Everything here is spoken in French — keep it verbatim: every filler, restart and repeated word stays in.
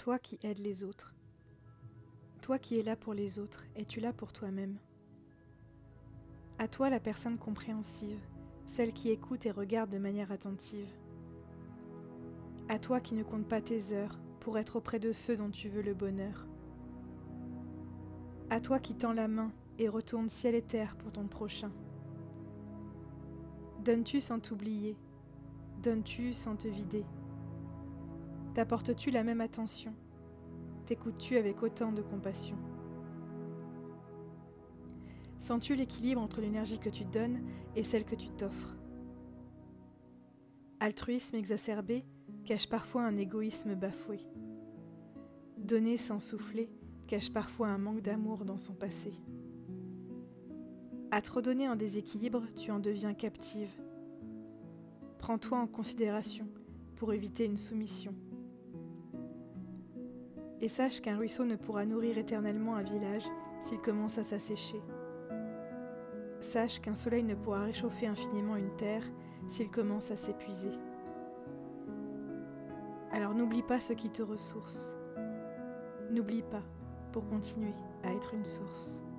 Toi qui aides les autres. Toi qui es là pour les autres, es-tu là pour toi-même? À toi la personne compréhensive, celle qui écoute et regarde de manière attentive. À toi qui ne compte pas tes heures pour être auprès de ceux dont tu veux le bonheur. À toi qui tends la main et retourne ciel et terre pour ton prochain. Donnes-tu sans t'oublier? Donnes-tu sans te vider? T'apportes-tu la même attention? T'écoutes-tu avec autant de compassion? Sens-tu l'équilibre entre l'énergie que tu donnes et celle que tu t'offres? Altruisme exacerbé cache parfois un égoïsme bafoué. Donner sans souffler cache parfois un manque d'amour dans son passé. À trop donner en déséquilibre, tu en deviens captive. Prends-toi en considération pour éviter une soumission. Et sache qu'un ruisseau ne pourra nourrir éternellement un village s'il commence à s'assécher. Sache qu'un soleil ne pourra réchauffer infiniment une terre s'il commence à s'épuiser. Alors n'oublie pas ce qui te ressource. N'oublie pas pour continuer à être une source.